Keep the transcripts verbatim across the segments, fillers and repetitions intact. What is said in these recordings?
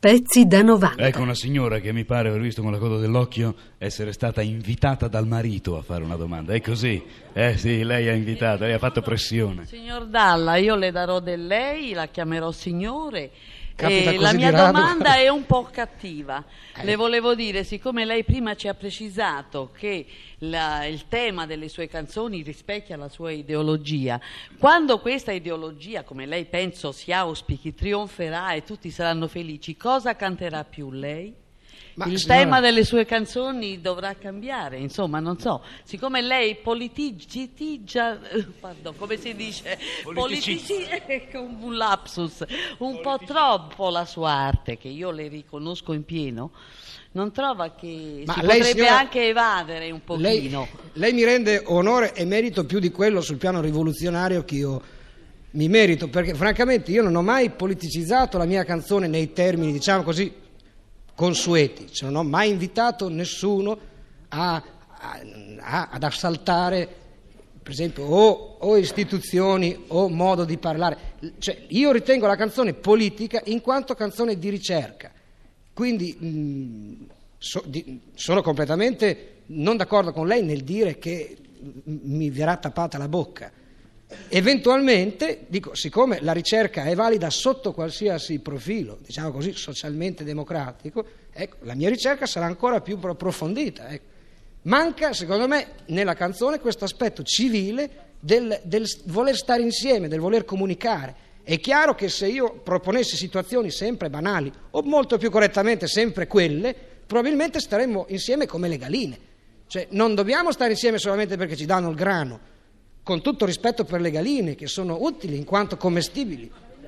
Pezzi da novanta. Ecco una signora che mi pare, aver visto con la coda dell'occhio, essere stata invitata dal marito a fare una domanda. È così? Eh sì, lei ha invitato, lei ha fatto pressione. Signor Dalla, io le darò del lei, la chiamerò signore. Capita E così la mia di rado. domanda è un po' cattiva. Eh. Le volevo dire, siccome lei prima ci ha precisato che la, il tema delle sue canzoni rispecchia la sua ideologia, quando questa ideologia, come lei penso si auspichi, trionferà e tutti saranno felici, cosa canterà più lei? Ma, il signora... tema delle sue canzoni dovrà cambiare, insomma, non so, siccome lei politigia, pardon, come si dice, politici, ecco, un lapsus, un po' troppo la sua arte, che io le riconosco in pieno, non trova che Ma si lei, potrebbe signora, anche evadere un pochino? Lei, lei mi rende onore e merito più di quello sul piano rivoluzionario che io mi merito, perché francamente io non ho mai politicizzato la mia canzone nei termini, diciamo così, consueti, cioè non ho mai invitato nessuno a, a, a, ad assaltare per esempio o, o istituzioni o modo di parlare, cioè, io ritengo la canzone politica in quanto canzone di ricerca, quindi mh, so, di, sono completamente non d'accordo con lei nel dire che mi verrà tappata la bocca. Eventualmente, dico, siccome la ricerca è valida sotto qualsiasi profilo, diciamo così, socialmente democratico, ecco, la mia ricerca sarà ancora più approfondita. Ecco. Manca, secondo me, nella canzone questo aspetto civile del, del voler stare insieme, del voler comunicare. È chiaro che se io proponessi situazioni sempre banali, o molto più correttamente sempre quelle, probabilmente staremmo insieme come le galline. Cioè, non dobbiamo stare insieme solamente perché ci danno il grano, con tutto rispetto per le galline, che sono utili in quanto commestibili.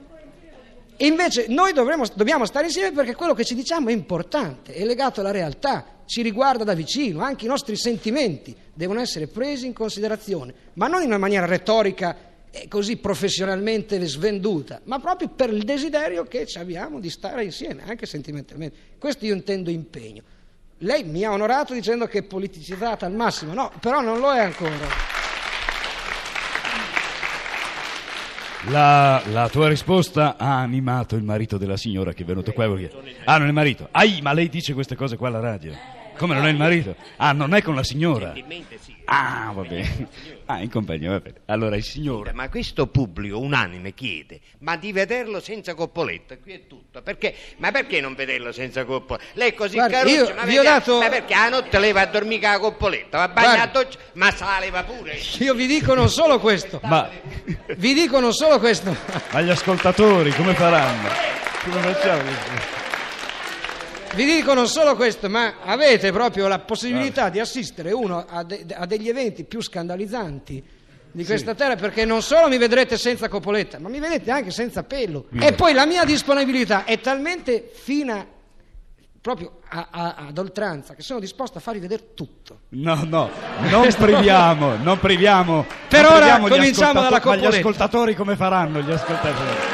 Invece noi dovremmo, dobbiamo stare insieme perché quello che ci diciamo è importante, è legato alla realtà, ci riguarda da vicino, anche i nostri sentimenti devono essere presi in considerazione, ma non in una maniera retorica e così professionalmente svenduta, ma proprio per il desiderio che abbiamo di stare insieme, anche sentimentalmente. Questo io intendo impegno. Lei mi ha onorato dicendo che è politicizzata al massimo, no, però non lo è ancora. La, la tua risposta ha animato il marito della signora che è venuto qua. Ah, non è il marito. Ai, ma lei dice queste cose qua alla radio. Come non è il marito? Ah, non è con la signora. Ah, va bene. Ah, in compagnia, va bene. Allora il signore. Ma questo pubblico unanime chiede, ma di vederlo senza Coppoletta, qui è tutto. Perché? Ma perché non vederlo senza Coppoletta? Lei è così caruccio, ma, vi ho dato... ma perché la notte lei va a dormire con la Coppoletta, va a bagnare, ma se la leva pure. Io vi dico non solo questo, Ma vi dico non solo questo. Ma gli ascoltatori come faranno? Come facciamo questo? Vi dico non solo questo, ma avete proprio la possibilità di assistere uno a, de- a degli eventi più scandalizzanti di questa sì. terra, perché non solo mi vedrete senza Coppoletta, ma mi vedete anche senza pelo. Mio. E poi la mia disponibilità è talmente fina, proprio a, a, ad oltranza, che sono disposto a farvi vedere tutto. No, no, non priviamo, non priviamo. Per non ora priviamo cominciamo dalla Coppoletta. Ma gli ascoltatori come faranno gli ascoltatori?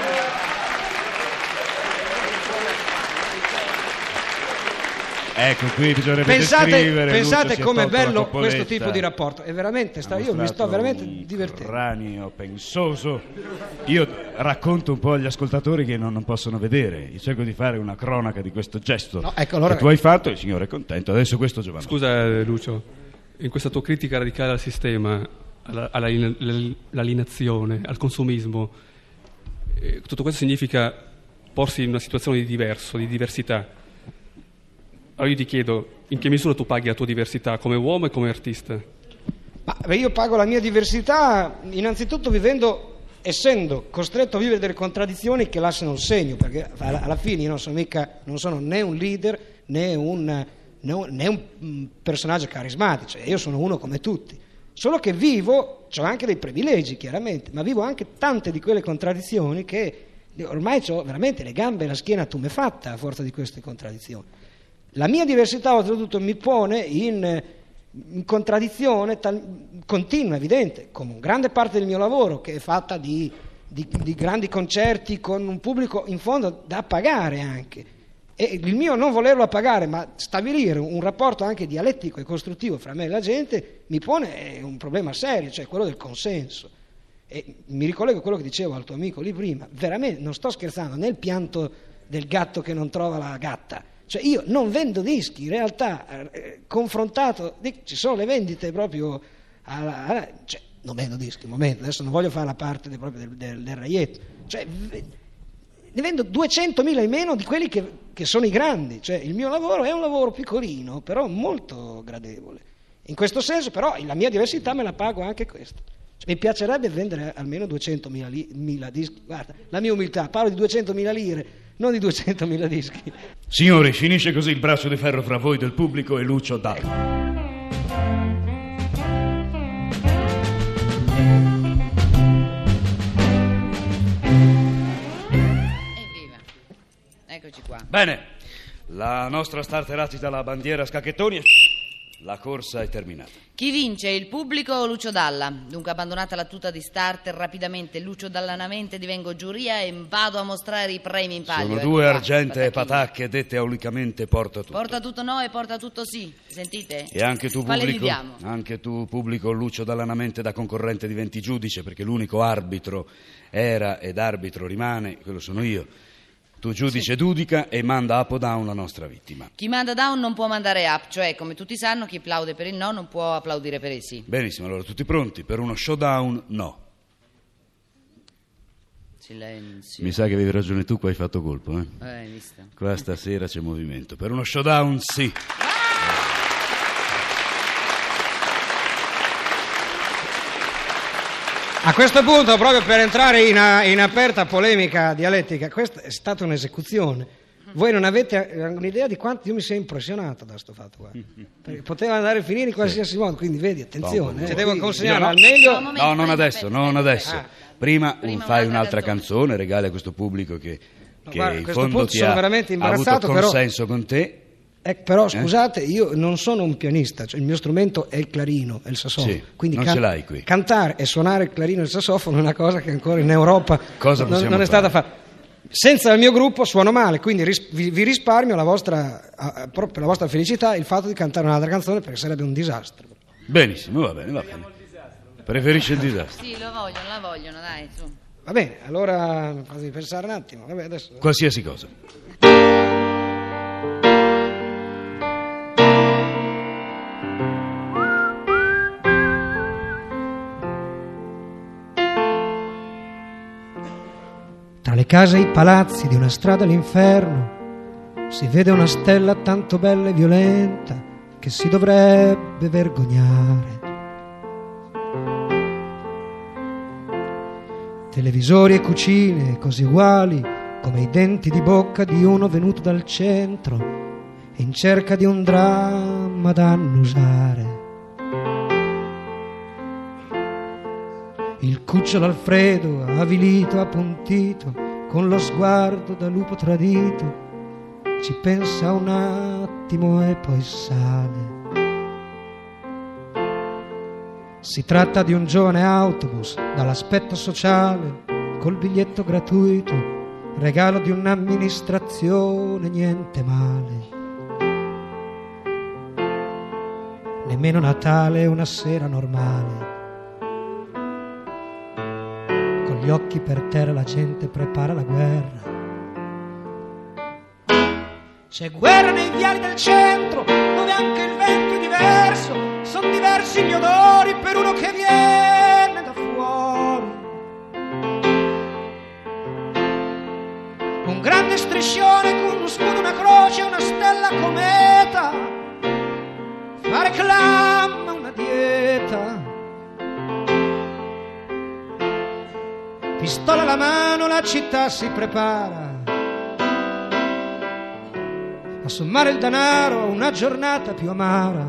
Ecco, qui bisognerebbe pensate, descrivere pensate com'è bello questo tipo di rapporto, è veramente sta, io mi sto veramente divertendo. Cranio pensoso. Io racconto un po' agli ascoltatori che non, non possono vedere, io cerco di fare una cronaca di questo gesto no, ecco, allora... che tu hai fatto e il signore è contento. Adesso questo Giovanni. Scusa Lucio, in questa tua critica radicale al sistema, alla, alla, all'alienazione, al consumismo, eh, tutto questo significa porsi in una situazione di diverso, di diversità. Allora io ti chiedo, in che misura tu paghi la tua diversità come uomo e come artista? Ma io pago la mia diversità innanzitutto vivendo, essendo costretto a vivere delle contraddizioni che lasciano il segno, perché alla, alla fine io non sono mica, non sono né un leader né un, né un, né un personaggio carismatico, cioè io sono uno come tutti, solo che vivo, ho anche dei privilegi chiaramente, ma vivo anche tante di quelle contraddizioni che ormai ho veramente le gambe e la schiena tumefatta a forza di queste contraddizioni. La mia diversità oltretutto mi pone in, in contraddizione tal, continua, evidente, come grande parte del mio lavoro, che è fatta di, di, di grandi concerti con un pubblico in fondo da pagare anche. E il mio non volerlo pagare, ma stabilire un rapporto anche dialettico e costruttivo fra me e la gente, mi pone un problema serio, cioè quello del consenso. E mi ricollego a quello che dicevo al tuo amico lì prima, veramente non sto scherzando, nel pianto del gatto che non trova la gatta. Cioè io non vendo dischi, in realtà eh, confrontato, ci sono le vendite proprio alla, alla, cioè, non vendo dischi, un momento, adesso non voglio fare la parte del, proprio del, del, del reietto, cioè ne vendo duecentomila in meno di quelli che, che sono i grandi, cioè il mio lavoro è un lavoro piccolino, però molto gradevole. In questo senso però la mia diversità me la pago anche questo. Cioè, mi piacerebbe vendere almeno duecentomila li, dischi, guarda, la mia umiltà, parlo di duecentomila lire, non di duecentomila dischi. Signori, finisce così il braccio di ferro fra voi del pubblico e Lucio Dalla. Evviva, eccoci qua. Bene, la nostra starter agita la bandiera scacchettoni e la corsa è terminata. Chi vince, il pubblico o Lucio Dalla? Dunque, abbandonata la tuta di starter, rapidamente Lucio Dallanamente divengo giuria e vado a mostrare i premi in palio. Sono ecco due qua, argente e patachine. patacche dette aulicamente porta tutto. Porta tutto no e porta tutto sì, sentite? E anche tu Quale gli pubblico, diamo? anche tu pubblico Lucio Dallanamente da concorrente diventi giudice, perché l'unico arbitro era ed arbitro rimane, quello sono io. Tu giudice sì. Giudica e manda up o down la nostra vittima. Chi manda down non può mandare up, cioè come tutti sanno chi applaude per il no non può applaudire per il sì. Benissimo, allora tutti pronti per uno showdown no. Silenzio. Mi sa che avevi ragione tu, qua hai fatto colpo, eh? Eh, hai visto? Qua stasera c'è movimento. Per uno showdown sì. A questo punto, proprio per entrare in, a, in aperta polemica dialettica, questa è stata un'esecuzione. Voi non avete un'idea di quanto io mi sia impressionato da sto fatto qua. Perché poteva andare a finire in qualsiasi sì. modo, quindi vedi, attenzione. Eh, se devo consegnare no, al meglio... No, momento, no non adesso, aspetta, non adesso. Ah. Prima, Prima fai un'altra canzone. canzone, regali a questo pubblico che, no, che guarda, in questo fondo punto ti sono ha, veramente ha avuto imbarazzato, consenso però... con te. Eh, però scusate, io non sono un pianista, cioè il mio strumento è il clarino, è il sassofono. Sì, quindi non can- ce l'hai qui. Cantare e suonare il clarino e il sassofono è una cosa che ancora in Europa cosa non, non è fare? stata fatta. Senza il mio gruppo suono male, quindi ris- vi, vi risparmio la vostra, a, per la vostra felicità il fatto di cantare un'altra canzone, perché sarebbe un disastro. Benissimo, va bene, va bene. Preferisce il disastro? Sì, lo vogliono, la vogliono, dai, su. Va bene, allora fammi pensare un attimo. Vabbè, adesso... Qualsiasi cosa. Tra le case e i palazzi di una strada all'inferno si vede una stella tanto bella e violenta che si dovrebbe vergognare. Televisori e cucine così uguali come i denti di bocca di uno venuto dal centro in cerca di un dramma da annusare. Il cucciolo Alfredo, avvilito, appuntito, con lo sguardo da lupo tradito, ci pensa un attimo e poi sale. Si tratta di un giovane autobus dall'aspetto sociale, col biglietto gratuito, regalo di un'amministrazione, niente male. Nemmeno Natale è una sera normale. Con gli occhi per terra la gente prepara la guerra. C'è guerra nei viali del centro, dove anche il vento è diverso. Sono diversi gli odori per uno che viene da fuori. Un grande striscione con uno scudo, una croce, una stella cometa fa reclama una dieta. Pistola alla mano, la città si prepara a sommare il denaro a una giornata più amara.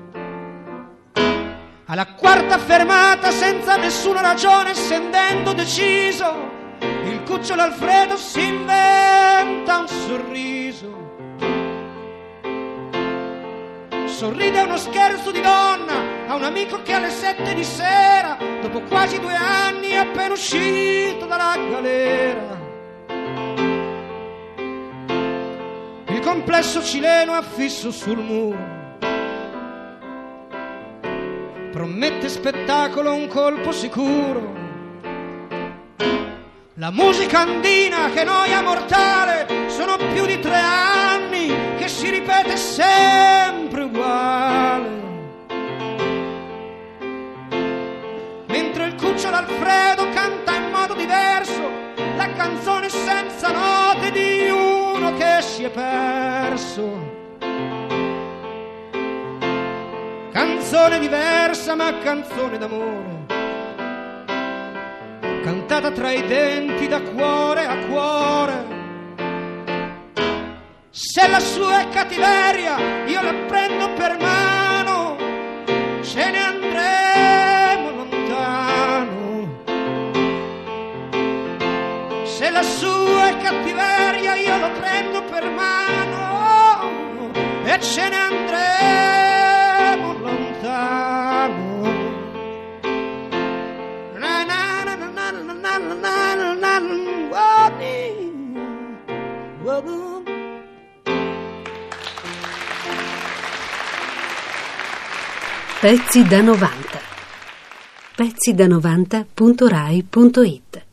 Alla quarta fermata, senza nessuna ragione, scendendo deciso, il cucciolo Alfredo si inventa un sorriso. Sorride a uno scherzo di donna, a un amico che alle sette di sera, dopo quasi due anni è appena uscito dalla galera. Il complesso cileno affisso sul muro promette spettacolo, un colpo sicuro. La musica andina che noia mortale sono più di tre anni che si ripete sempre uguale. Mentre il cucciolo Alfredo canta in modo diverso la canzone senza note di uno che si è perso. Canzone diversa ma canzone d'amore, cantata tra i denti da cuore a cuore. Se la sua è cattiveria io la prendo per mano, ce ne andremo lontano. Se la sua è cattiveria io la prendo per mano e ce ne andremo lontano. Na na na na na na na na na na. Pezzi da novanta. pezzi da novanta punto rai punto it